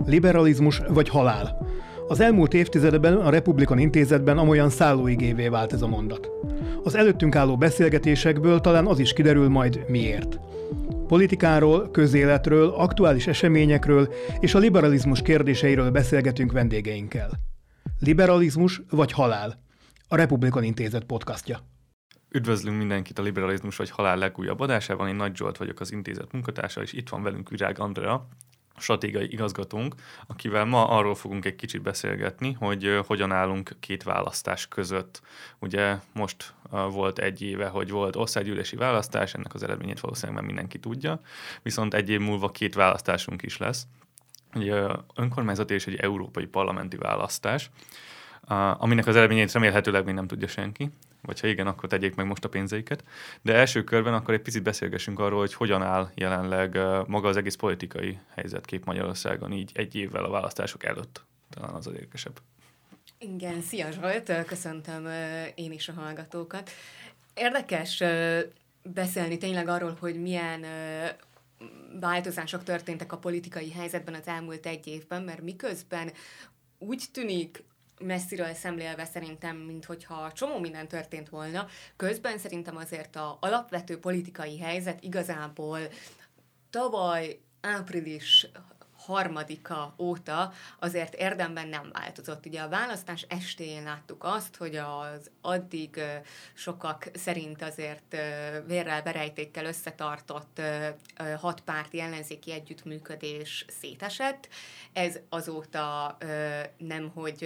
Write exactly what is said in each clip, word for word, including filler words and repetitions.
Liberalizmus vagy halál. Az elmúlt évtizedben a Republikon Intézetben amolyan szállóigévé vált ez a mondat. Az előttünk álló beszélgetésekből talán az is kiderül majd miért. Politikáról, közéletről, aktuális eseményekről és a liberalizmus kérdéseiről beszélgetünk vendégeinkkel. Liberalizmus vagy halál? A Republikon Intézet podcastja. Üdvözlünk mindenkit a Liberalizmus vagy halál legújabb adásában. Én Nagy Zsolt vagyok, az intézet munkatársa, és itt van velünk Virág Andrea, stratégiai igazgatónk, akivel ma arról fogunk egy kicsit beszélgetni, hogy uh, hogyan állunk két választás között. Ugye most uh, volt egy éve, hogy volt országgyűlési választás, ennek az eredményét valószínűleg már mindenki tudja, viszont egy év múlva két választásunk is lesz. Ugye önkormányzati és egy európai parlamenti választás, uh, aminek az eredményét remélhetőleg még nem tudja senki, vagy ha igen, akkor tegyék meg most a pénzeiket. De első körben akkor egy picit beszélgessünk arról, hogy hogyan áll jelenleg maga az egész politikai helyzetkép Magyarországon, így egy évvel a választások előtt. Talán az az érdekesebb. Igen, szia Zsolt, köszöntöm én is a hallgatókat. Érdekes beszélni tényleg arról, hogy milyen változások történtek a politikai helyzetben az elmúlt egy évben, mert miközben úgy tűnik, messziről szemlélve szerintem, minthogyha csomó minden történt volna, közben szerintem azért az alapvető politikai helyzet igazából tavaly április harmadika óta azért érdemben nem változott. Ugye a választás estéjén láttuk azt, hogy az addig sokak szerint azért vérrel, verejtékkel összetartott hatpárti ellenzéki együttműködés szétesett. Ez azóta nem, hogy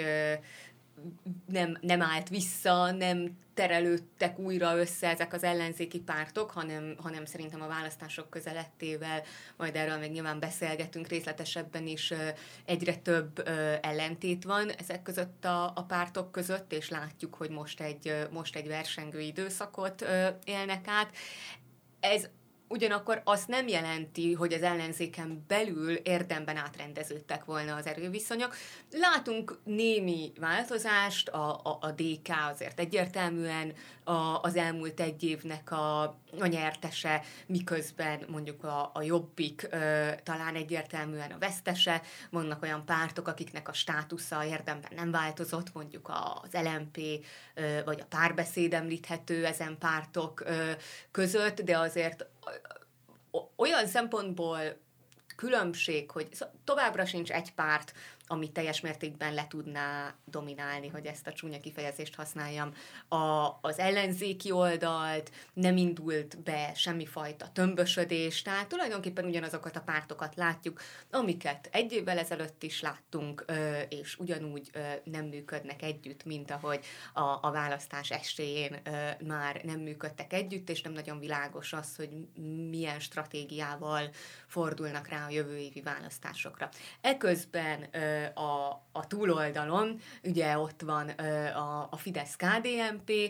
nem, nem állt vissza, nem terelődtek újra össze ezek az ellenzéki pártok, hanem, hanem szerintem a választások közelettével, majd erről még nyilván beszélgetünk részletesebben is, egyre több ellentét van ezek között a, a pártok között, és látjuk, hogy most egy, most egy versengő időszakot élnek át. Ez ugyanakkor azt nem jelenti, hogy az ellenzéken belül érdemben átrendeződtek volna az erőviszonyok. Látunk némi változást, a, a, a dé ká azért egyértelműen a, az elmúlt egy évnek a, a nyertese, miközben mondjuk a, a Jobbik ö, talán egyértelműen a vesztese. Vannak olyan pártok, akiknek a státusza érdemben nem változott, mondjuk az el em pé ö, vagy a Párbeszéd említhető ezen pártok ö, között, de azért olyan szempontból különbség, hogy továbbra sincs egy párt, ami teljes mértékben le tudná dominálni, hogy ezt a csúnya kifejezést használjam, a, az ellenzéki oldalt, nem indult be semmifajta tömbösödés, tehát tulajdonképpen ugyanazokat a pártokat látjuk, amiket egy évvel ezelőtt is láttunk, és ugyanúgy nem működnek együtt, mint ahogy a, a választás estéjén már nem működtek együtt, és nem nagyon világos az, hogy milyen stratégiával fordulnak rá a jövő évi választásokra. Eközben A, a túloldalon, ugye ott van a, a Fidesz-ká dé en pé,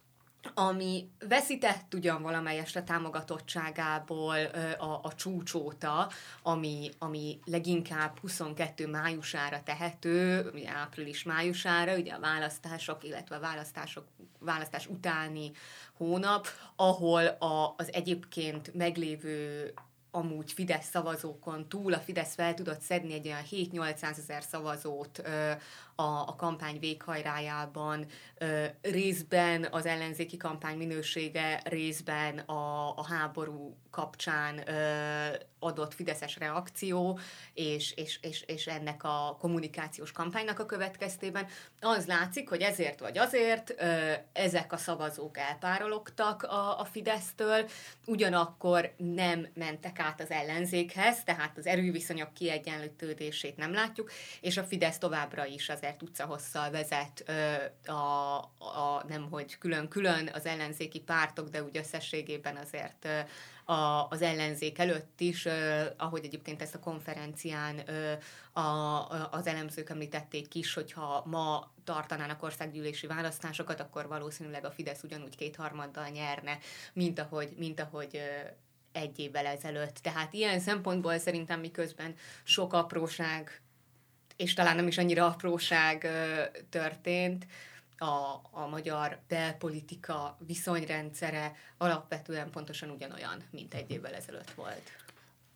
ami veszített ugyan valamelyest a támogatottságából a, a csúcsóta, ami, ami leginkább huszonkettő májusára tehető, ugye április-májusára, ugye a választások, illetve a választások, választás utáni hónap, ahol a, az egyébként meglévő amúgy Fidesz szavazókon túl a Fidesz fel tudott szedni egy olyan hét-nyolcszázezer szavazót ö, a, a kampány véghajrájában, ö, részben az ellenzéki kampány minősége, részben a, a háború kapcsán ö, adott fideszes reakció, és, és, és, és ennek a kommunikációs kampánynak a következtében az látszik, hogy ezért vagy azért ö, ezek a szavazók elpárologtak a, a Fidesztől, ugyanakkor nem mentek át az ellenzékhez, tehát az erőviszonyok kiegyenlítődését nem látjuk, és a Fidesz továbbra is azért utcahosszal vezet ö, a, a nemhogy külön-külön az ellenzéki pártok, de úgy összességében azért ö, a, az ellenzék előtt is, ö, ahogy egyébként ezt a konferencián ö, a, a, az elemzők említették is, hogyha ma tartanának országgyűlési választásokat, akkor valószínűleg a Fidesz ugyanúgy kétharmaddal nyerne, mint ahogy, mint ahogy ö, egy évvel ezelőtt. Tehát ilyen szempontból szerintem miközben sok apróság, és talán nem is annyira apróság ö, történt, a, a magyar belpolitika viszonyrendszere alapvetően pontosan ugyanolyan, mint egy évvel ezelőtt volt.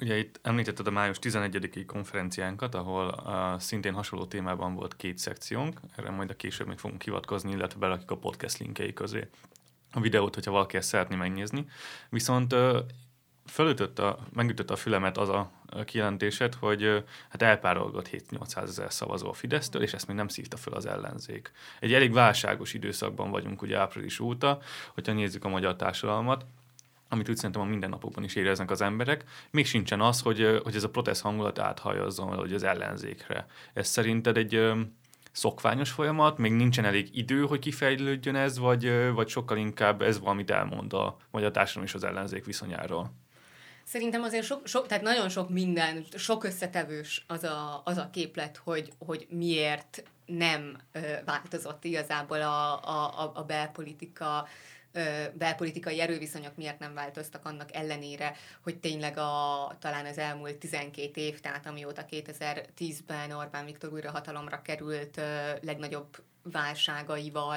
Ugye itt említetted a május tizenegyediki konferenciánkat, ahol uh, szintén hasonló témában volt két szekciónk, erre majd a később még fogunk hivatkozni, illetve belakik a podcast linkjei közé a videót, hogyha valaki ezt szeretné megnézni. Viszont uh, fölütött a, megütött a fülemet az a kijelentésed, hogy uh, hát elpárolgott hét-nyolcszázezer szavazó a Fidesztől, és ezt még nem szívta föl az ellenzék. Egy elég válságos időszakban vagyunk ugye április óta, hogyha nézzük a magyar társadalmat, amit úgy szerintem a mindennapokban is éreznek az emberek, még sincsen az, hogy, hogy ez a protest hangulat áthajazzon valahogy az ellenzékre. Ez szerinted egy ö, szokványos folyamat, még nincsen elég idő, hogy kifejlődjön ez, vagy, ö, vagy sokkal inkább ez valamit elmond a magyar társadalom és az ellenzék viszonyáról? Szerintem azért sok, sok, tehát nagyon sok minden, sok összetevős az a, az a képlet, hogy, hogy miért nem ö, változott igazából a, a, a belpolitika, belpolitikai erőviszonyok miért nem változtak annak ellenére, hogy tényleg a, talán az elmúlt tizenkét év, tehát amióta kétezer-tízben Orbán Viktor újra hatalomra került, legnagyobb válságaival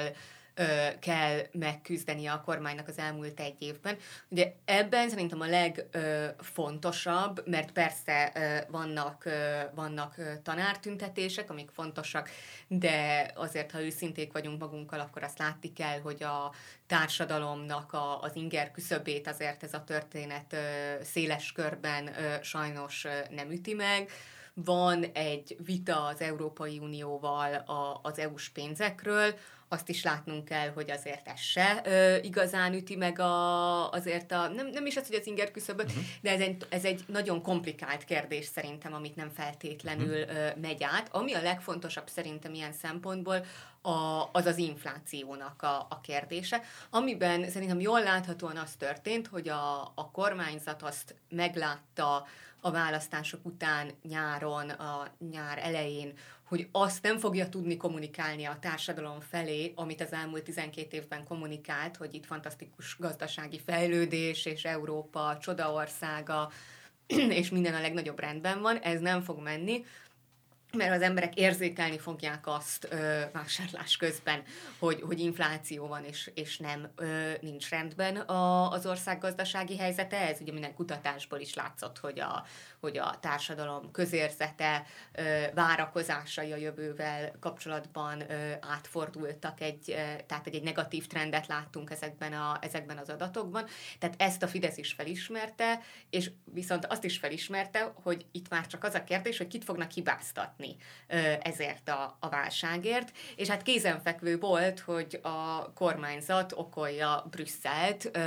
kell megküzdeni a kormánynak az elmúlt egy évben. Ugye ebben szerintem a legfontosabb, mert persze vannak, vannak tanártüntetések, amik fontosak, de azért, ha őszinték vagyunk magunkkal, akkor azt látni kell, hogy a társadalomnak a, az inger küszöbét azért ez a történet széles körben sajnos nem üti meg. Van egy vita az Európai Unióval a, az é u-s pénzekről, azt is látnunk kell, hogy azért ez se ö, igazán üti meg a, azért a, nem, nem is az, hogy az inger küszöböt, uh-huh. de ez egy, ez egy nagyon komplikált kérdés szerintem, amit nem feltétlenül uh-huh. ö, megy át. Ami a legfontosabb szerintem ilyen szempontból, a, az az inflációnak a, a kérdése, amiben szerintem jól láthatóan az történt, hogy a, a kormányzat azt meglátta a választások után nyáron, a nyár elején, hogy azt nem fogja tudni kommunikálni a társadalom felé, amit az elmúlt tizenkét évben kommunikált, hogy itt fantasztikus gazdasági fejlődés, és Európa csodaországa, és minden a legnagyobb rendben van, ez nem fog menni, mert az emberek érzékelni fogják azt ö, vásárlás közben, hogy, hogy infláció van, és, és nem ö, nincs rendben a, az ország gazdasági helyzete. Ez ugye minden kutatásból is látszott, hogy a, hogy a társadalom közérzete, ö, várakozásai a jövővel kapcsolatban ö, átfordultak, egy, ö, tehát egy, egy negatív trendet láttunk ezekben, a, ezekben az adatokban. Tehát ezt a Fidesz is felismerte, és viszont azt is felismerte, hogy itt már csak az a kérdés, hogy kit fognak hibáztatni ezért a, a válságért, és hát kézenfekvő volt, hogy a kormányzat okolja Brüsszelt,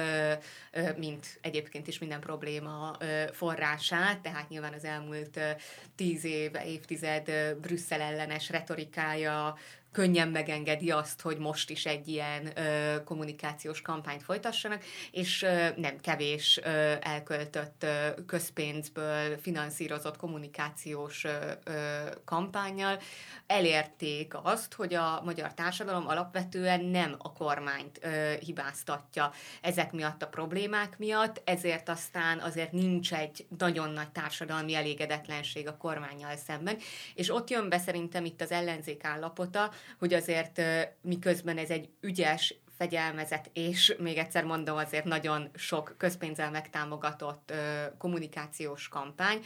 mint egyébként is minden probléma forrását, tehát nyilván az elmúlt tíz év, évtized Brüsszel ellenes retorikája könnyen megengedi azt, hogy most is egy ilyen ö, kommunikációs kampányt folytassanak, és ö, nem kevés ö, elköltött ö, közpénzből finanszírozott kommunikációs ö, ö, kampánnyal elérték azt, hogy a magyar társadalom alapvetően nem a kormányt ö, hibáztatja ezek miatt a problémák miatt, ezért aztán azért nincs egy nagyon nagy társadalmi elégedetlenség a kormánnyal szemben, és ott jön be szerintem itt az ellenzék állapota, hogy azért miközben ez egy ügyes, fegyelmezett, és még egyszer mondom, azért nagyon sok közpénzzel megtámogatott kommunikációs kampány,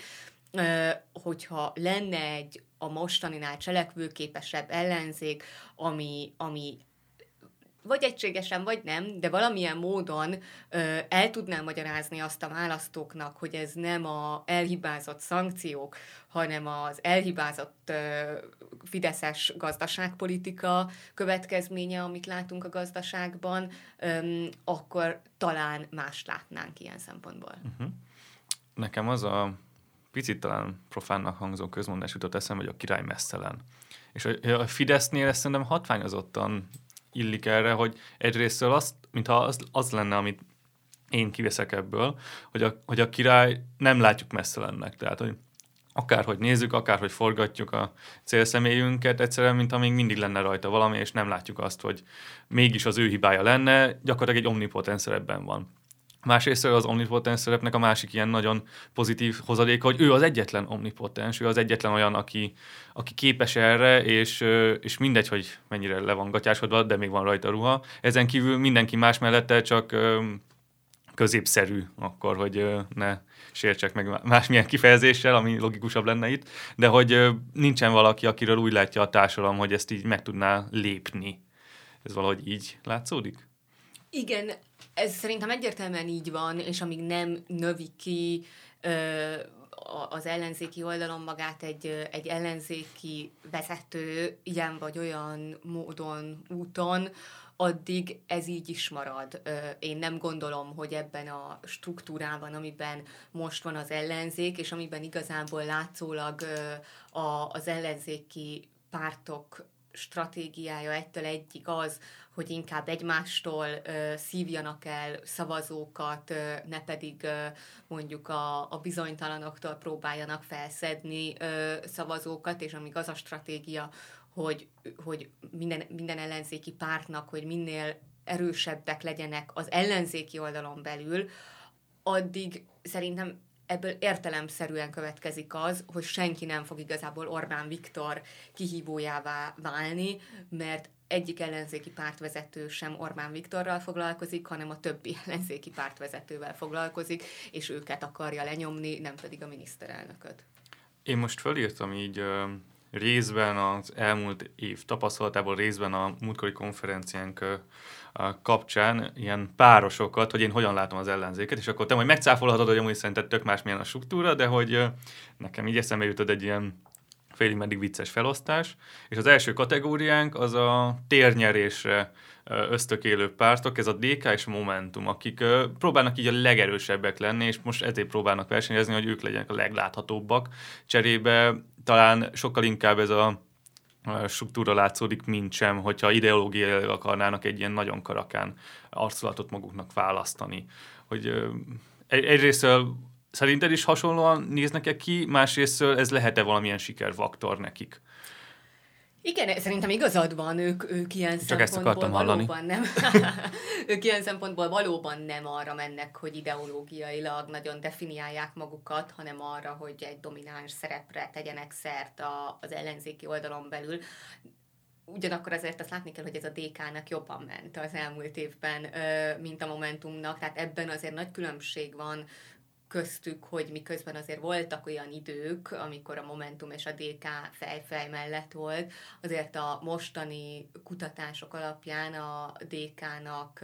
hogyha lenne egy a mostaninál cselekvőképesebb ellenzék, ami, ami vagy egységesen, vagy nem, de valamilyen módon ö, el tudná magyarázni azt a választóknak, hogy ez nem az elhibázott szankciók, hanem az elhibázott ö, fideszes gazdaságpolitika következménye, amit látunk a gazdaságban, ö, akkor talán mást látnánk ilyen szempontból. Uh-huh. Nekem az a picit talán profánnak hangzó közmondás jutott eszembe, hogy a király messzelен. És a, a Fidesznél ezt szerintem hatványozottan illik erre, hogy egyrésztől azt, mintha az, az lenne, amit én kiveszek ebből, hogy a, hogy a király nem látjuk messzelennek. Tehát, hogy akárhogy nézzük, akárhogy forgatjuk a célszemélyünket, egyszerűen, mintha még mindig lenne rajta valami, és nem látjuk azt, hogy mégis az ő hibája lenne, gyakorlatilag egy omnipotens szerepben van. Másrészt az omnipotens szerepnek a másik ilyen nagyon pozitív hozadéka, hogy ő az egyetlen omnipotens, ő az egyetlen olyan, aki, aki képes erre, és, és mindegy, hogy mennyire le van gatyásodva, de még van rajta ruha. Ezen kívül mindenki más mellette csak középszerű akkor, hogy ne sértsek meg másmilyen kifejezéssel, ami logikusabb lenne itt, de hogy nincsen valaki, akiről úgy látja a társadalom, hogy ezt így meg tudná lépni. Ez valahogy így látszódik? Igen, ez szerintem egyértelműen így van, és amíg nem növi ki ö, az ellenzéki oldalon magát egy, egy ellenzéki vezető ilyen vagy olyan módon, úton, addig ez így is marad. Én nem gondolom, hogy ebben a struktúrában, amiben most van az ellenzék, és amiben igazából látszólag az ellenzéki pártok stratégiája egytől egyik az, hogy inkább egymástól ö, szívjanak el szavazókat, ö, ne pedig ö, mondjuk a, a bizonytalanoktól próbáljanak felszedni ö, szavazókat, és amíg az a stratégia, hogy, hogy minden, minden ellenzéki pártnak, hogy minél erősebbek legyenek az ellenzéki oldalon belül, addig szerintem ebből értelemszerűen következik az, hogy senki nem fog igazából Orbán Viktor kihívójává válni, mert egyik ellenzéki pártvezető sem Orbán Viktorral foglalkozik, hanem a többi ellenzéki pártvezetővel foglalkozik, és őket akarja lenyomni, nem pedig a miniszterelnököt. Én most fölírtam így uh, részben az elmúlt év tapasztalatából, részben a múltkori konferenciánk uh, kapcsán ilyen párosokat, hogy én hogyan látom az ellenzéket, és akkor te majd megcáfolhatod, hogy amúgy szerinted tök másmilyen a struktúra, de hogy uh, nekem így eszembe jutott egy ilyen félig meddig vicces felosztás, és az első kategóriánk az a térnyerésre ösztökélő pártok, ez a dé ká és a Momentum, akik próbálnak így a legerősebbek lenni, és most ezért próbálnak versenyezni, hogy ők legyenek a legláthatóbbak. Cserébe talán sokkal inkább ez a struktúra látszódik, mint sem, hogyha ideológiailag akarnának egy ilyen nagyon karakán arculatot maguknak választani. Hogy egyrésztől szerinted is hasonlóan néznek-e ki, másrésztől ez lehet-e valamilyen sikerfaktor nekik? Igen, szerintem igazad van, ők, ők ilyen Csak szempontból valóban nem. ők ilyen szempontból valóban nem arra mennek, hogy ideológiailag nagyon definiálják magukat, hanem arra, hogy egy domináns szerepre tegyenek szert a, az ellenzéki oldalon belül. Ugyanakkor azért azt látni kell, hogy ez a dé ká-nak jobban ment az elmúlt évben, mint a Momentumnak, tehát ebben azért nagy különbség van köztük, hogy miközben azért voltak olyan idők, amikor a Momentum és a dé ká fej-fej mellett volt, azért a mostani kutatások alapján a dé ká-nak,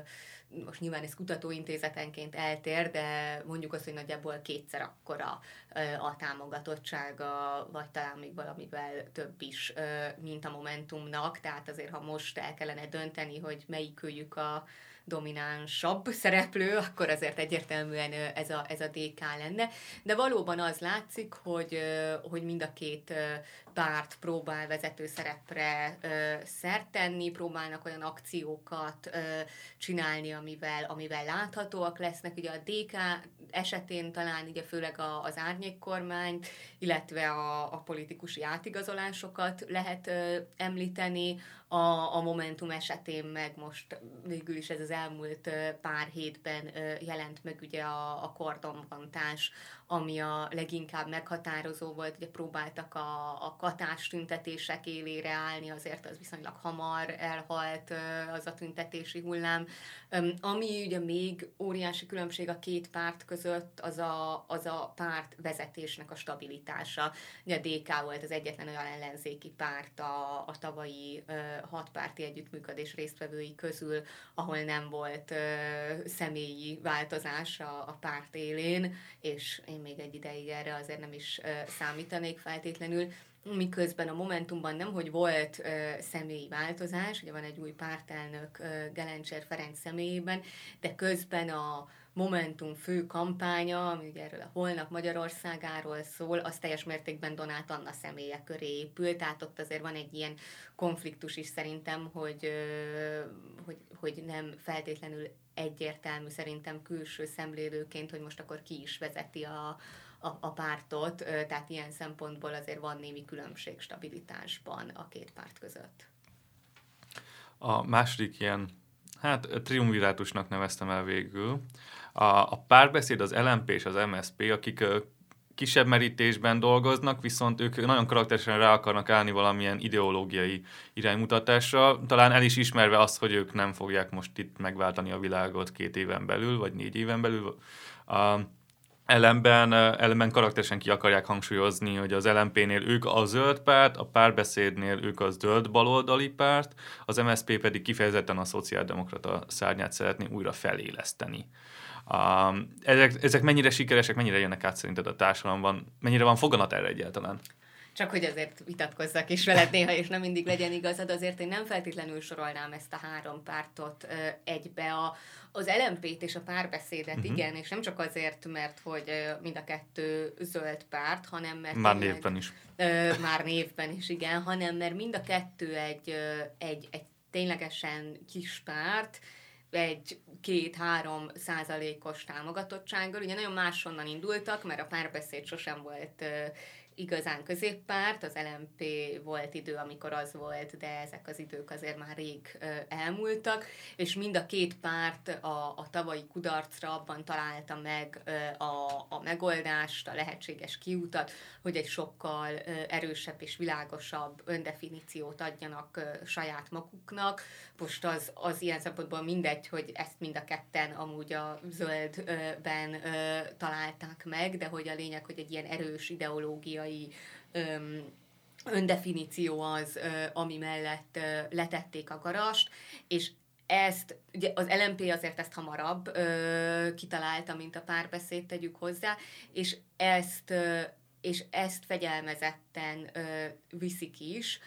most nyilván ez kutatóintézetenként eltér, de mondjuk azt, hogy nagyjából kétszer akkora a támogatottsága, vagy talán még valamivel több is, mint a Momentumnak, tehát azért, ha most el kellene dönteni, hogy melyikőjük a dominánsabb szereplő, akkor azért egyértelműen ez a, ez a dé ká lenne. De valóban az látszik, hogy, hogy mind a két párt próbál vezető szerepre szert tenni, próbálnak olyan akciókat csinálni, amivel, amivel láthatóak lesznek. Ugye a dé ká esetén talán ugye főleg az árnyékkormány, illetve a, a politikusi átigazolásokat lehet említeni. A, a Momentum esetén meg most végül is ez az elmúlt pár hétben jelent meg ugye a, a kordonbontás, ami a leginkább meghatározó volt, ugye próbáltak a, a katás tüntetések élére állni, azért az viszonylag hamar elhalt az a tüntetési hullám. Ami ugye még óriási különbség a két párt között, az a, az a párt vezetésnek a stabilitása. Ugye a dé ká volt az egyetlen olyan ellenzéki párt a, a tavalyi hatpárti együttműködés résztvevői közül, ahol nem volt személyi változás a, a párt élén, és én még egy ideig erre azért nem is számítanék feltétlenül, miközben a Momentumban nem, hogy volt uh, személyi változás, ugye van egy új pártelnök uh, Gelencsér Ferenc személyében, de közben a Momentum fő kampánya, ami ugye erről a Holnap Magyarországáról szól, az teljes mértékben Donát Anna személye köré épül, tehát ott azért van egy ilyen konfliktus is szerintem, hogy, uh, hogy, hogy nem feltétlenül egyértelmű szerintem külső szemlélőként, hogy most akkor ki is vezeti a A, a pártot, tehát ilyen szempontból azért van némi különbség stabilitásban a két párt között. A második ilyen, hát triumvirátusnak neveztem el végül. A, a Párbeszéd, az el em pé és az em es zé pé, akik kisebb merítésben dolgoznak, viszont ők nagyon karakteresen rá akarnak állni valamilyen ideológiai iránymutatásra, talán el is ismerve azt, hogy ők nem fogják most itt megváltani a világot két éven belül, vagy négy éven belül. A ellenben, ellenben karakteresen ki akarják hangsúlyozni, hogy az el em pé-nél ők a zöld párt, a Párbeszédnél ők a zöld baloldali párt, az em es zé pé pedig kifejezetten a szociáldemokrata szárnyát szeretné újra feléleszteni. Um, ezek, ezek mennyire sikeresek, mennyire jönnek át szerinted a társadalomban, mennyire van foganat erre egyáltalán? Csak hogy azért vitatkozzak is veled néha, és nem mindig legyen igazad, azért én nem feltétlenül sorolnám ezt a három pártot ö, egybe. A, az el em pét és a Párbeszédet, uh-huh. igen, és nem csak azért, mert hogy ö, mind a kettő zöld párt, hanem mert... Már tényleg, névben is. Ö, már névben is, igen, hanem mert mind a kettő egy, ö, egy, egy ténylegesen kis párt, egy két-három százalékos támogatottsággal. Ugye nagyon máshonnan indultak, mert a Párbeszéd sosem volt uh, igazán középpárt, az el em pé volt idő, amikor az volt, de ezek az idők azért már rég uh, elmúltak, és mind a két párt a, a tavalyi kudarcra abban találta meg uh, a, a megoldást, a lehetséges kiutat, hogy egy sokkal uh, erősebb és világosabb öndefiníciót adjanak uh, saját maguknak. Most az, az ilyen szempontból mindegy, hogy ezt mind a ketten amúgy a zöldben uh, találták meg, de hogy a lényeg, hogy egy ilyen erős ideológiai um, öndefiníció az, uh, ami mellett uh, letették a garast, és ezt, ugye az el em pé azért ezt hamarabb uh, kitalálta, mint a Párbeszéd, tegyük hozzá, és ezt, uh, és ezt fegyelmezetten uh, viszik is.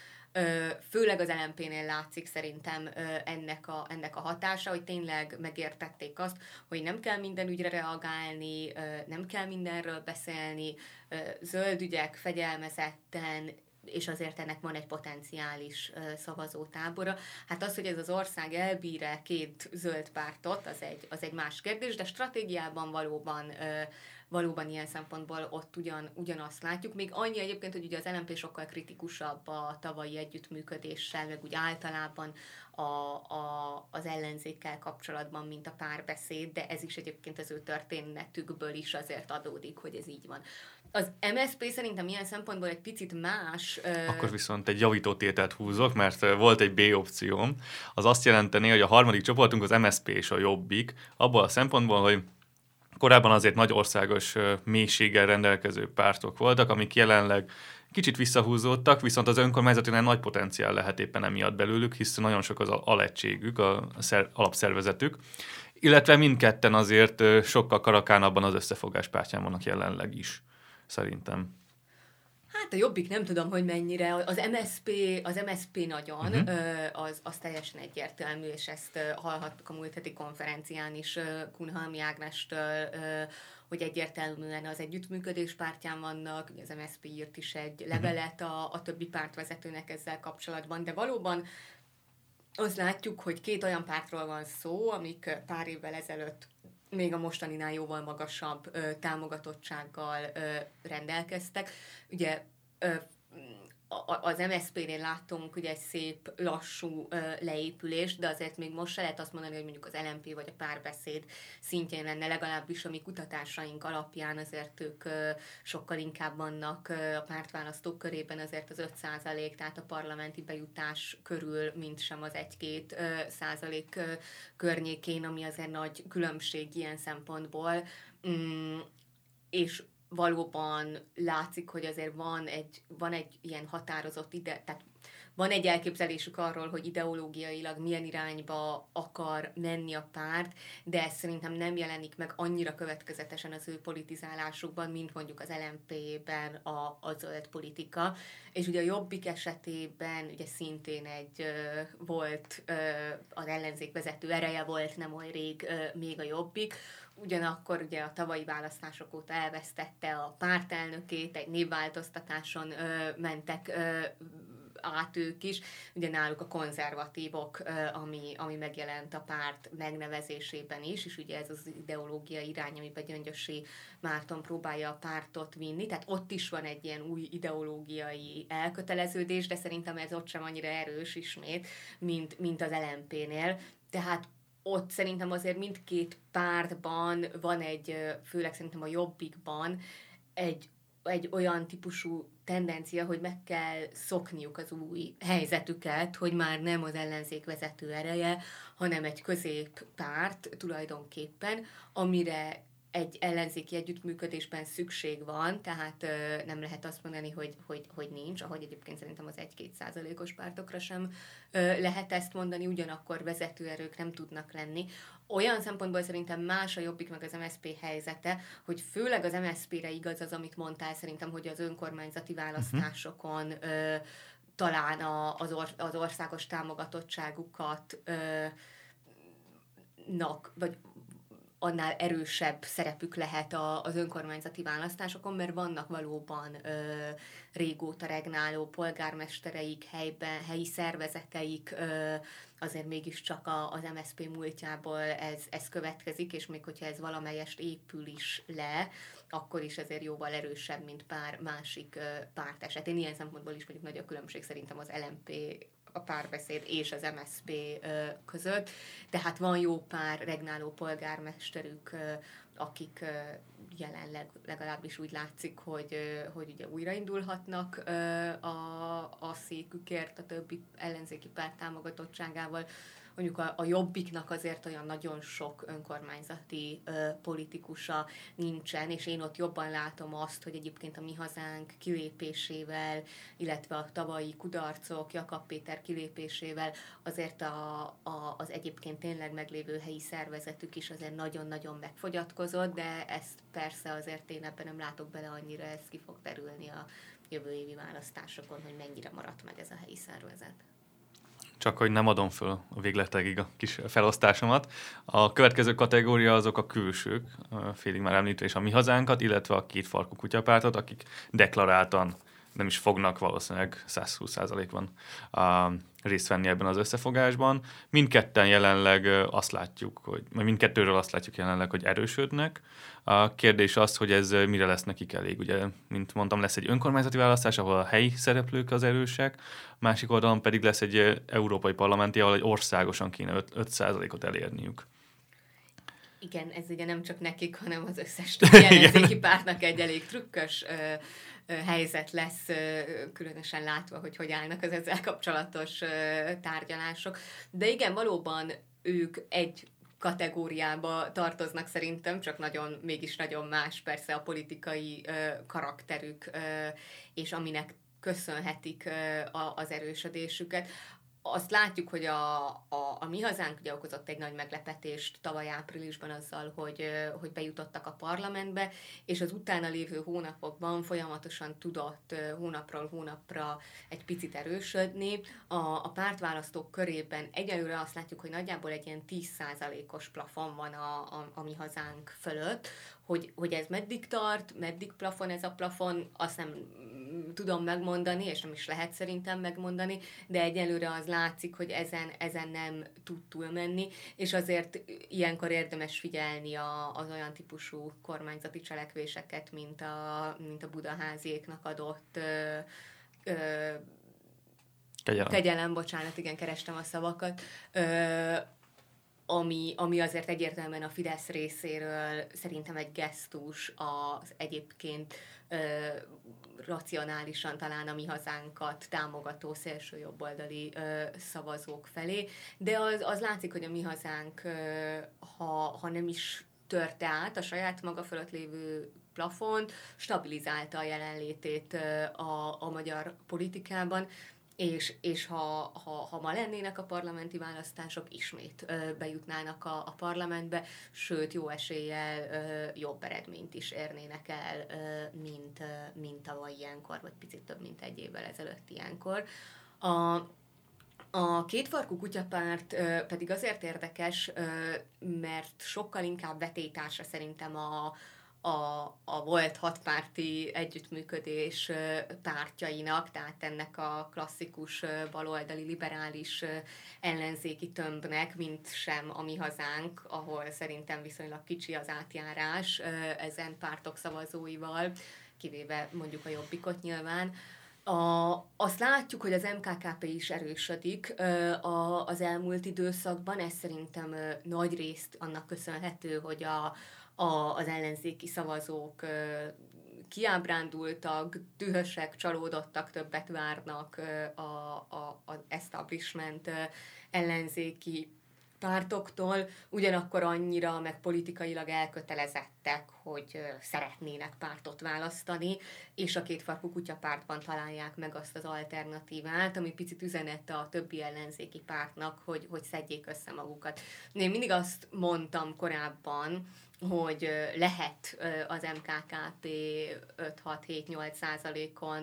Főleg az el em pé-nél látszik szerintem ennek a, ennek a hatása, hogy tényleg megértették azt, hogy nem kell minden ügyre reagálni, nem kell mindenről beszélni, zöld ügyek fegyelmezetten, és azért ennek van egy potenciális szavazótábora. Hát az, hogy ez az ország elbír-e két zöld pártot, az egy, az egy más kérdés, de stratégiában valóban valóban ilyen szempontból ott ugyan, ugyanazt látjuk. Még annyi egyébként, hogy ugye az el em pé sokkal kritikusabb a tavalyi együttműködéssel, meg úgy általában a, a, az ellenzékkel kapcsolatban, mint a Párbeszéd, de ez is egyébként az ő történetükből is azért adódik, hogy ez így van. Az em es zé pé szerintem ilyen szempontból egy picit más. Akkor viszont egy javítótételt húzok, mert volt egy B opcióm. Az azt jelenteni, hogy a harmadik csoportunk az em es zé pé és a Jobbik, abból a szempontból, hogy korábban azért nagy országos mélységgel rendelkező pártok voltak, amik jelenleg kicsit visszahúzódtak, viszont az önkormányzatinál nagy potenciál lehet éppen emiatt belőlük, hiszen nagyon sok az alegységük, a szer- alapszervezetük, illetve mindketten azért sokkal karakánabban az összefogás pártján vannak jelenleg is, szerintem. Hát a Jobbik nem tudom, hogy mennyire. Az em es zé pé, az em es zé pé nagyon, uh-huh. az, az teljesen egyértelmű, és ezt hallhattuk a múlt heti konferencián is Kunhalmi Ágnestől, hogy egyértelműen az együttműködés pártján vannak, az em es zé pé írt is egy levelet a, a többi pártvezetőnek ezzel kapcsolatban, de valóban azt látjuk, hogy két olyan pártról van szó, amik pár évvel ezelőtt még a mostaninál jóval magasabb ö, támogatottsággal ö, rendelkeztek. Ugye ö, az em es zé pé-nél láttunk ugye egy szép, lassú ö, leépülést, de azért még most se lehet azt mondani, hogy mondjuk az el em pé vagy a Párbeszéd szintjén lenne, legalábbis a mi kutatásaink alapján azért ők ö, sokkal inkább vannak ö, a pártválasztók körében azért az öt százalék, tehát a parlamenti bejutás körül, mint sem az egy-két ö, százalék ö, környékén, ami azért nagy különbség ilyen szempontból. Mm, és valóban látszik, hogy azért van egy, van egy ilyen határozott ide, tehát van egy elképzelésük arról, hogy ideológiailag milyen irányba akar menni a párt, de ez szerintem nem jelenik meg annyira következetesen az ő politizálásukban, mint mondjuk az el em pé-ben a, a zöld politika. És ugye a Jobbik esetében ugye szintén egy ö, volt, ö, az ellenzék vezető ereje volt nem olyan rég ö, még a Jobbik, ugyanakkor ugye a tavalyi választások óta elvesztette a pártelnökét, egy névváltoztatáson ö, mentek ö, át ők is, ugye náluk a konzervatívok, ami, ami megjelent a párt megnevezésében is, és ugye ez az ideológia irány, amiben Gyöngyösi Márton próbálja a pártot vinni, tehát ott is van egy ilyen új ideológiai elköteleződés, de szerintem ez ott sem annyira erős ismét, mint, mint az el em pé-nél, tehát ott szerintem azért mindkét pártban van egy, főleg szerintem a Jobbikban egy egy olyan típusú tendencia, hogy meg kell szokniuk az új helyzetüket, hogy már nem az ellenzék vezető ereje, hanem egy középpárt tulajdonképpen, amire egy ellenzéki együttműködésben szükség van, tehát ö, nem lehet azt mondani, hogy, hogy, hogy nincs, ahogy egyébként szerintem az egy-két százalékos pártokra sem ö, lehet ezt mondani, ugyanakkor vezetőerők nem tudnak lenni. Olyan szempontból szerintem más a Jobbik meg az em es zé pé helyzete, hogy főleg az em es zé pére igaz az, amit mondtál szerintem, hogy az önkormányzati választásokon ö, talán a, az, or, az országos támogatottságukat ö, nak, vagy annál erősebb szerepük lehet a, az önkormányzati választásokon, mert vannak valóban ö, régóta regnáló polgármestereik, helyben, helyi szervezeteik, ö, azért mégiscsak a, az em es zé pé múltjából ez, ez következik, és még hogyha ez valamelyest épül is le, akkor is azért jóval erősebb, mint pár másik ö, párt esetén. Ilyen szempontból is mondjuk nagy a különbség szerintem az el em pé, a Párbeszéd és az em es zé pé között. Tehát van jó pár regnáló polgármesterük, akik jelenleg legalábbis úgy látszik, hogy, hogy ugye újraindulhatnak a, a székükért a többi ellenzéki párt támogatottságával. Mondjuk a, a Jobbiknak azért olyan nagyon sok önkormányzati ö, politikusa nincsen, és én ott jobban látom azt, hogy egyébként a Mi Hazánk kilépésével, illetve a tavalyi kudarcok, Jakab Péter kilépésével azért a, a, az egyébként tényleg meglévő helyi szervezetük is azért nagyon-nagyon megfogyatkozott, de ezt persze azért én ebben nem látok bele annyira, ez ki fog derülni a jövő évi választásokon, hogy mennyire maradt meg ez a helyi szervezet. Csak hogy nem adom föl a végletekig a kis felosztásomat. A következő kategória azok a külsők, félig már említve is a Mi Hazánkat, illetve a Kétfarkú Kutyapártot, akik deklaráltan nem is fognak, valószínűleg száz húsz százalék van a részt venni ebben az összefogásban. Mindketten jelenleg azt látjuk, hogy, vagy mindkettőről azt látjuk jelenleg, hogy erősödnek. A kérdés az, hogy ez mire lesz nekik elég. Ugye, mint mondtam, lesz egy önkormányzati választás, ahol a helyi szereplők az erősek, másik oldalon pedig lesz egy európai parlamenti, ahol egy országosan kéne öt százalékot elérniük. Igen, ez ugye nem csak nekik, hanem az összes ellenzéki pártnak egy elég trükkös ö, ö, helyzet lesz, ö, különösen látva, hogy hogy állnak az ezzel kapcsolatos ö, tárgyalások. De igen, valóban ők egy kategóriába tartoznak szerintem, csak nagyon, mégis nagyon más persze a politikai ö, karakterük, ö, és aminek köszönhetik ö, a, az erősödésüket. Azt látjuk, hogy a, a, a Mi Hazánk ugye okozott egy nagy meglepetést tavaly áprilisban azzal, hogy, hogy bejutottak a parlamentbe, és az utána lévő hónapokban folyamatosan tudott hónapról hónapra egy picit erősödni. A, a pártválasztók körében egyelőre azt látjuk, hogy nagyjából egy ilyen tíz százalékos plafon van a, a, a Mi Hazánk fölött, hogy, hogy ez meddig tart, meddig plafon ez a plafon, azt nem tudom megmondani, és nem is lehet szerintem megmondani, de egyelőre az látszik, hogy ezen, ezen nem tud túlmenni, és azért ilyenkor érdemes figyelni a, az olyan típusú kormányzati cselekvéseket, mint a, mint a Budaháziéknak adott ö, ö, kegyelem. kegyelem, bocsánat, igen, kerestem a szavakat, ö, Ami, ami azért egyértelműen a Fidesz részéről szerintem egy gesztus az egyébként ö, racionálisan talán a Mi Hazánkat támogató szélsőjobboldali ö, szavazók felé, de az, az látszik, hogy a Mi Hazánk, ö, ha, ha nem is törte át a saját maga fölött lévő plafont, stabilizálta a jelenlétét ö, a, a magyar politikában, és, és ha, ha, ha ma lennének a parlamenti választások, ismét ö, bejutnának a, a parlamentbe, sőt, jó eséllyel ö, jobb eredményt is érnének el, ö, mint, ö, mint tavaly ilyenkor, vagy picit több, mint egy évvel ezelőtt ilyenkor. A, a Kétfarkú Kutyapárt ö, pedig azért érdekes, ö, mert sokkal inkább vetétársa szerintem a A, a volt hatpárti együttműködés pártjainak, tehát ennek a klasszikus baloldali liberális ellenzéki tömbnek, mint sem a Mi Hazánk, ahol szerintem viszonylag kicsi az átjárás ezen pártok szavazóival, kivéve mondjuk a Jobbikot nyilván. A, azt látjuk, hogy az em ká ká pé is erősödik a, az elmúlt időszakban, ez szerintem nagy részt annak köszönhető, hogy a A, az ellenzéki szavazók kiábrándultak, dühösek, csalódottak, többet várnak a, a, a establishment ellenzéki pártoktól, ugyanakkor annyira meg politikailag elkötelezettek, hogy szeretnének pártot választani, és a kétfarkú kutyapártban találják meg azt az alternatívát, ami picit üzenete a többi ellenzéki pártnak, hogy, hogy szedjék össze magukat. Én mindig azt mondtam korábban, hogy lehet az em ká ká pé öt hat hét nyolc százalékon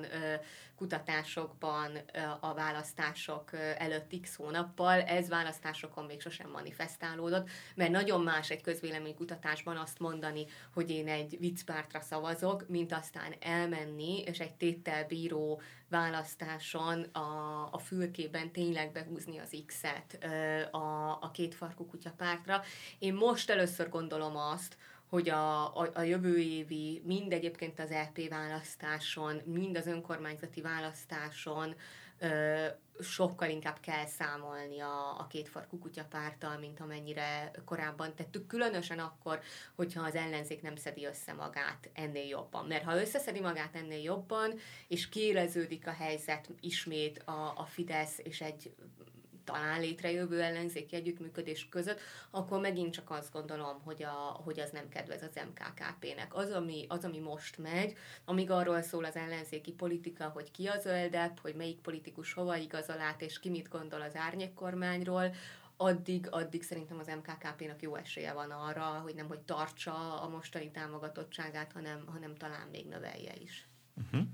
kutatásokban a választások előtt x hónappal, ez választásokon még sosem manifestálódott, mert nagyon más egy közvéleménykutatásban azt mondani, hogy én egy viccpártra szavazok, mint aztán elmenni, és egy téttel bíró választáson a, a fülkében tényleg behúzni az X-et a, a kétfarkú kutyapártra. Én most először gondolom azt, hogy a, a, a jövő évi, mind egyébként az é pé választáson, mind az önkormányzati választáson ö, sokkal inkább kell számolni a, a kétfarkú kutyapárttal, mint amennyire korábban tettük, különösen akkor, hogyha az ellenzék nem szedi össze magát ennél jobban. Mert ha összeszedi magát ennél jobban, és kiéleződik a helyzet ismét a, a Fidesz és egy talán létrejövő ellenzéki együttműködés között, akkor megint csak azt gondolom, hogy, a, hogy az nem kedvez az em ká ká pének. Az ami, az, ami most megy, amíg arról szól az ellenzéki politika, hogy ki a zöldebb, hogy melyik politikus hova igazol át, és ki mit gondol az árnyékkormányról, addig, addig szerintem az em ká ká pének jó esélye van arra, hogy nem, hogy tartsa a mostani támogatottságát, hanem, hanem talán még növelje is. Uh-huh.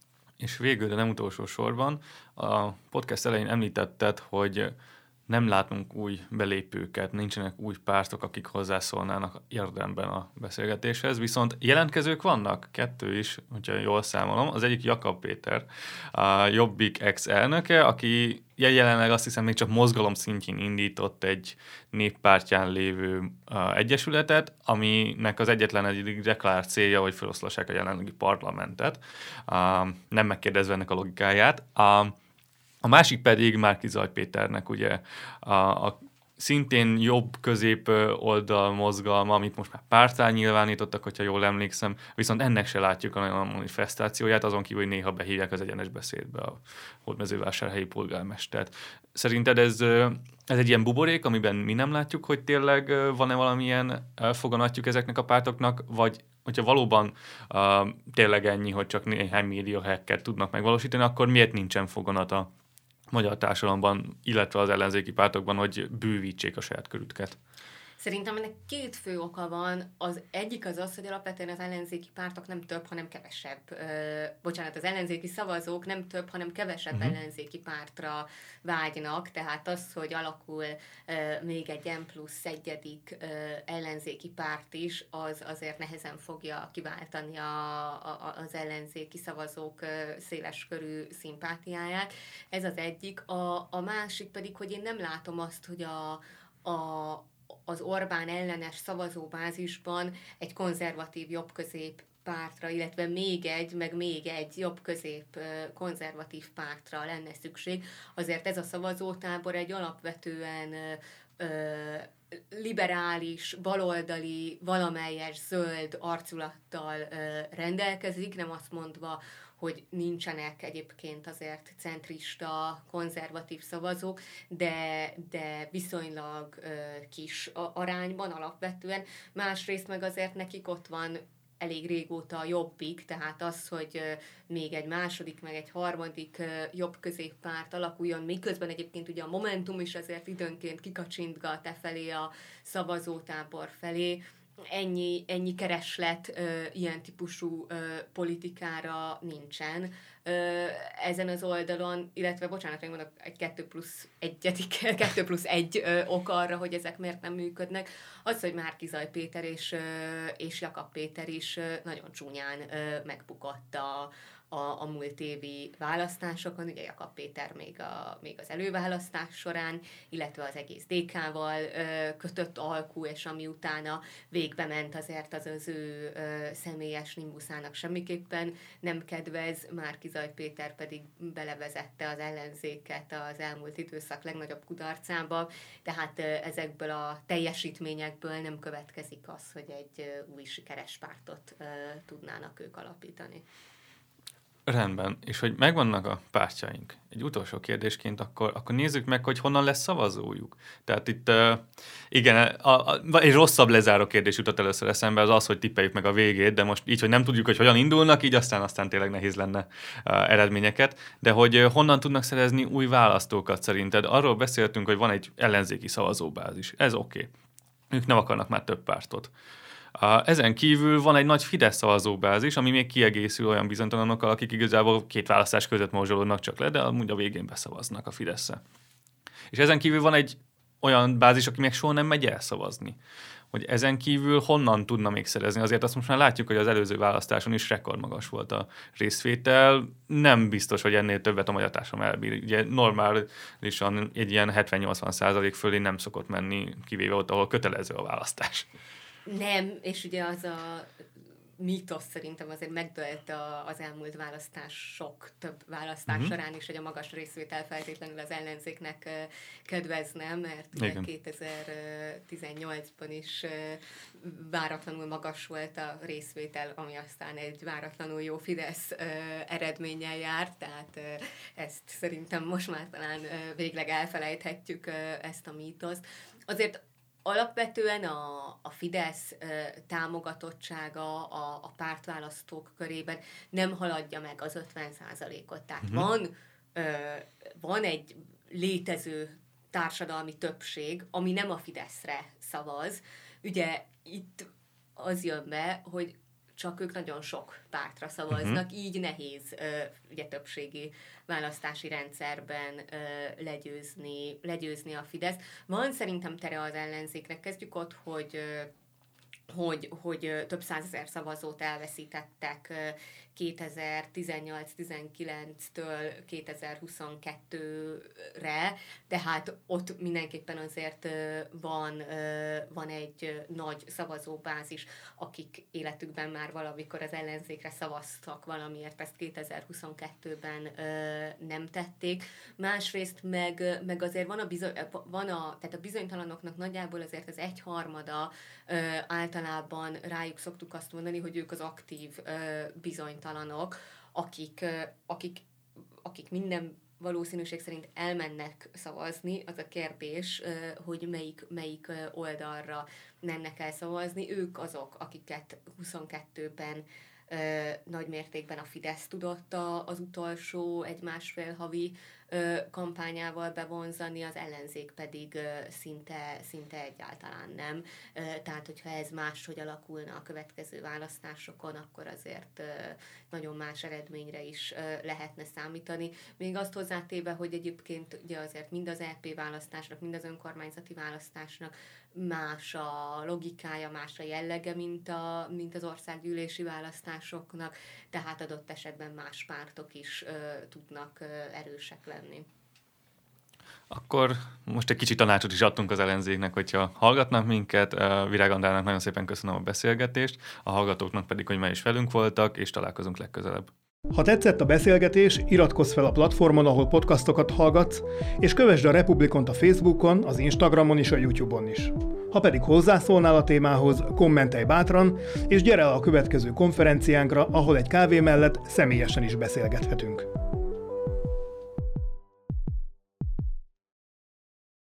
És végül, de nem utolsó sorban, a podcast elején említetted, hogy nem látunk új belépőket, nincsenek új pártok, akik hozzászólnának érdemben a beszélgetéshez, viszont jelentkezők vannak, kettő is, hogyha jól számolom. Az egyik Jakab Péter, a Jobbik ex-elnöke, aki jelenleg azt hiszem még csak mozgalom szintjén indított egy néppártyán lévő uh, egyesületet, aminek az egyetlen egyik deklarált célja, hogy feloszlassák a jelenlegi parlamentet, uh, nem megkérdezve ennek a logikáját. Uh, A másik pedig Márki-Zay Péternek ugye a, a szintén jobb közép oldal mozgalma, amit most már párttá nyilvánítottak, hogyha jól emlékszem, viszont ennek se látjuk a manifestációját, azon kívül, hogy néha behívják az egyenes beszédbe a hódmezővásárhelyi polgármestert. Szerinted ez, ez egy ilyen buborék, amiben mi nem látjuk, hogy tényleg van-e valamilyen foganatjuk ezeknek a pártoknak, vagy hogyha valóban uh, tényleg ennyi, hogy csak néhány média hacker tudnak megvalósítani, akkor miért nincsen foganata magyar társadalomban, illetve az ellenzéki pártokban, hogy bővítsék a saját körüket? Szerintem ennek két fő oka van. Az egyik az az, hogy alapvetően az ellenzéki pártok nem több, hanem kevesebb. Ö, bocsánat, az ellenzéki szavazók nem több, hanem kevesebb uh-huh. ellenzéki pártra vágynak. Tehát az, hogy alakul ö, még egy M plusz egyedik ö, ellenzéki párt is, az azért nehezen fogja kiváltani a, a, az ellenzéki szavazók ö, széleskörű szimpátiáját. Ez az egyik. A, a másik pedig, hogy én nem látom azt, hogy a, a az Orbán ellenes szavazóbázisban egy konzervatív jobbközép pártra, illetve még egy, meg még egy jobbközép konzervatív pártra lenne szükség. Azért ez a szavazótábor egy alapvetően ö, liberális, baloldali, valamelyes zöld arculattal ö, rendelkezik, nem azt mondva, hogy nincsenek egyébként azért centrista, konzervatív szavazók, de, de viszonylag ö, kis arányban alapvetően. Másrészt meg azért nekik ott van elég régóta a Jobbik, tehát az, hogy ö, még egy második, meg egy harmadik ö, jobb középpárt alakuljon, miközben egyébként ugye a Momentum is azért időnként kikacsintgat e felé a szavazótábor felé. Ennyi, ennyi kereslet ö, ilyen típusú ö, politikára nincsen ö, ezen az oldalon, illetve bocsánat, még mondok egy kettő plusz egyedik, kettő plusz egy ö, ok arra, hogy ezek miért nem működnek. Az, hogy Márki-Zay Péter és, ö, és Jakab Péter is ö, nagyon csúnyán ö, megbukott a, a, a múlt évi választásokon, ugye Jakab Péter még, a, még az előválasztás során, illetve az egész dé ká-val ö, kötött alkú, és ami utána végbe ment, azért az az ő ö, személyes nimbuszának semmiképpen nem kedvez, Márki-Zay Péter pedig belevezette az ellenzéket az elmúlt időszak legnagyobb kudarcába, tehát ö, ezekből a teljesítményekből nem következik az, hogy egy ö, új sikeres pártot ö, tudnának ők alapítani. Rendben, és hogy megvannak a pártjaink. Egy utolsó kérdésként, akkor, akkor nézzük meg, hogy honnan lesz szavazójuk. Tehát itt, uh, igen, a, a, egy rosszabb lezáró kérdés jutott először eszembe, az az, hogy tippeljük meg a végét, de most így, hogy nem tudjuk, hogy hogyan indulnak, így aztán aztán tényleg nehéz lenne uh, eredményeket. De hogy uh, honnan tudnak szerezni új választókat szerinted? Arról beszéltünk, hogy van egy ellenzéki szavazóbázis. Ez oké. Okay. Ők nem akarnak már több pártot. Uh, ezen kívül van egy nagy Fidesz szavazóbázis, ami még kiegészül olyan bizonytalanokkal, akik igazából két választás között morzsolódnak csak le, de amúgy a végén beszavaznak a Fideszre. És ezen kívül van egy olyan bázis, aki még soha nem megy el szavazni. Hogy ezen kívül honnan tudna még szerezni? Azért azt most már látjuk, hogy az előző választáson is rekordmagas volt a részvétel. Nem biztos, hogy ennél többet a Magyar Társadalom elbír. Ugye normálisan egy ilyen hetven-nyolcvan százalék fölé nem szokott menni, kivéve ott, ahol kötelező a választás. Nem, és ugye az a mítosz szerintem azért megdőlt a, az elmúlt választások, több választás mm-hmm. során is, hogy a magas részvétel feltétlenül az ellenzéknek uh, kedvezne, mert ugye kétezer-tizennyolcban is uh, váratlanul magas volt a részvétel, ami aztán egy váratlanul jó Fidesz uh, eredménnyel járt, tehát uh, ezt szerintem most már talán uh, végleg elfelejthetjük uh, ezt a mítoszt. Azért alapvetően a, a Fidesz ö, támogatottsága a, a pártválasztók körében nem haladja meg az ötven százalékot. Tehát uh-huh. van, ö, van egy létező társadalmi többség, ami nem a Fideszre szavaz. Ugye itt az jön be, hogy csak ők nagyon sok pártra szavaznak, uh-huh. így nehéz uh, ugye többségi választási rendszerben uh, legyőzni, legyőzni a Fidesz. Van szerintem tere az ellenzéknek, kezdjük ott, hogy uh, hogy, hogy több százezer szavazót elveszítettek kétezer-tizennyolc-tizenkilenctől kétezer-huszonkettőre, tehát ott mindenképpen azért van, van egy nagy szavazóbázis, akik életükben már valamikor az ellenzékre szavaztak valamiért, ezt kétezer-huszonkettőben nem tették. Másrészt meg, meg azért van a, bizony, van a, tehát a bizonytalanoknak nagyjából azért az egyharmada általában rájuk szoktuk azt mondani, hogy ők az aktív bizonytalanok, akik, akik, akik minden valószínűség szerint elmennek szavazni. Az a kérdés, hogy melyik, melyik oldalra mennek el szavazni. Ők azok, akiket huszonkettőben nagy mértékben a Fidesz tudott az utolsó egy-másfél havi kampányával bevonzani, az ellenzék pedig szinte, szinte egyáltalán nem. Tehát, hogyha ez máshogy alakulna a következő választásokon, akkor azért nagyon más eredményre is lehetne számítani. Még azt hozzátéve, hogy egyébként ugye azért mind az é pé választásnak, mind az önkormányzati választásnak más a logikája, más a jellege, mint, a, mint az országgyűlési választásoknak, tehát adott esetben más pártok is ö, tudnak ö, erősek lenni. Akkor most egy kicsit tanácsot is adtunk az ellenzéknek, hogyha hallgatnak minket. Virág Andrának nagyon szépen köszönöm a beszélgetést, a hallgatóknak pedig, hogy ma is velünk voltak, és találkozunk legközelebb. Ha tetszett a beszélgetés, iratkozz fel a platformon, ahol podcastokat hallgatsz, és kövesd a Republikont a Facebookon, az Instagramon és a YouTube-on is. Ha pedig hozzászólnál a témához, kommentelj bátran, és gyere el a következő konferenciánkra, ahol egy kávé mellett személyesen is beszélgethetünk.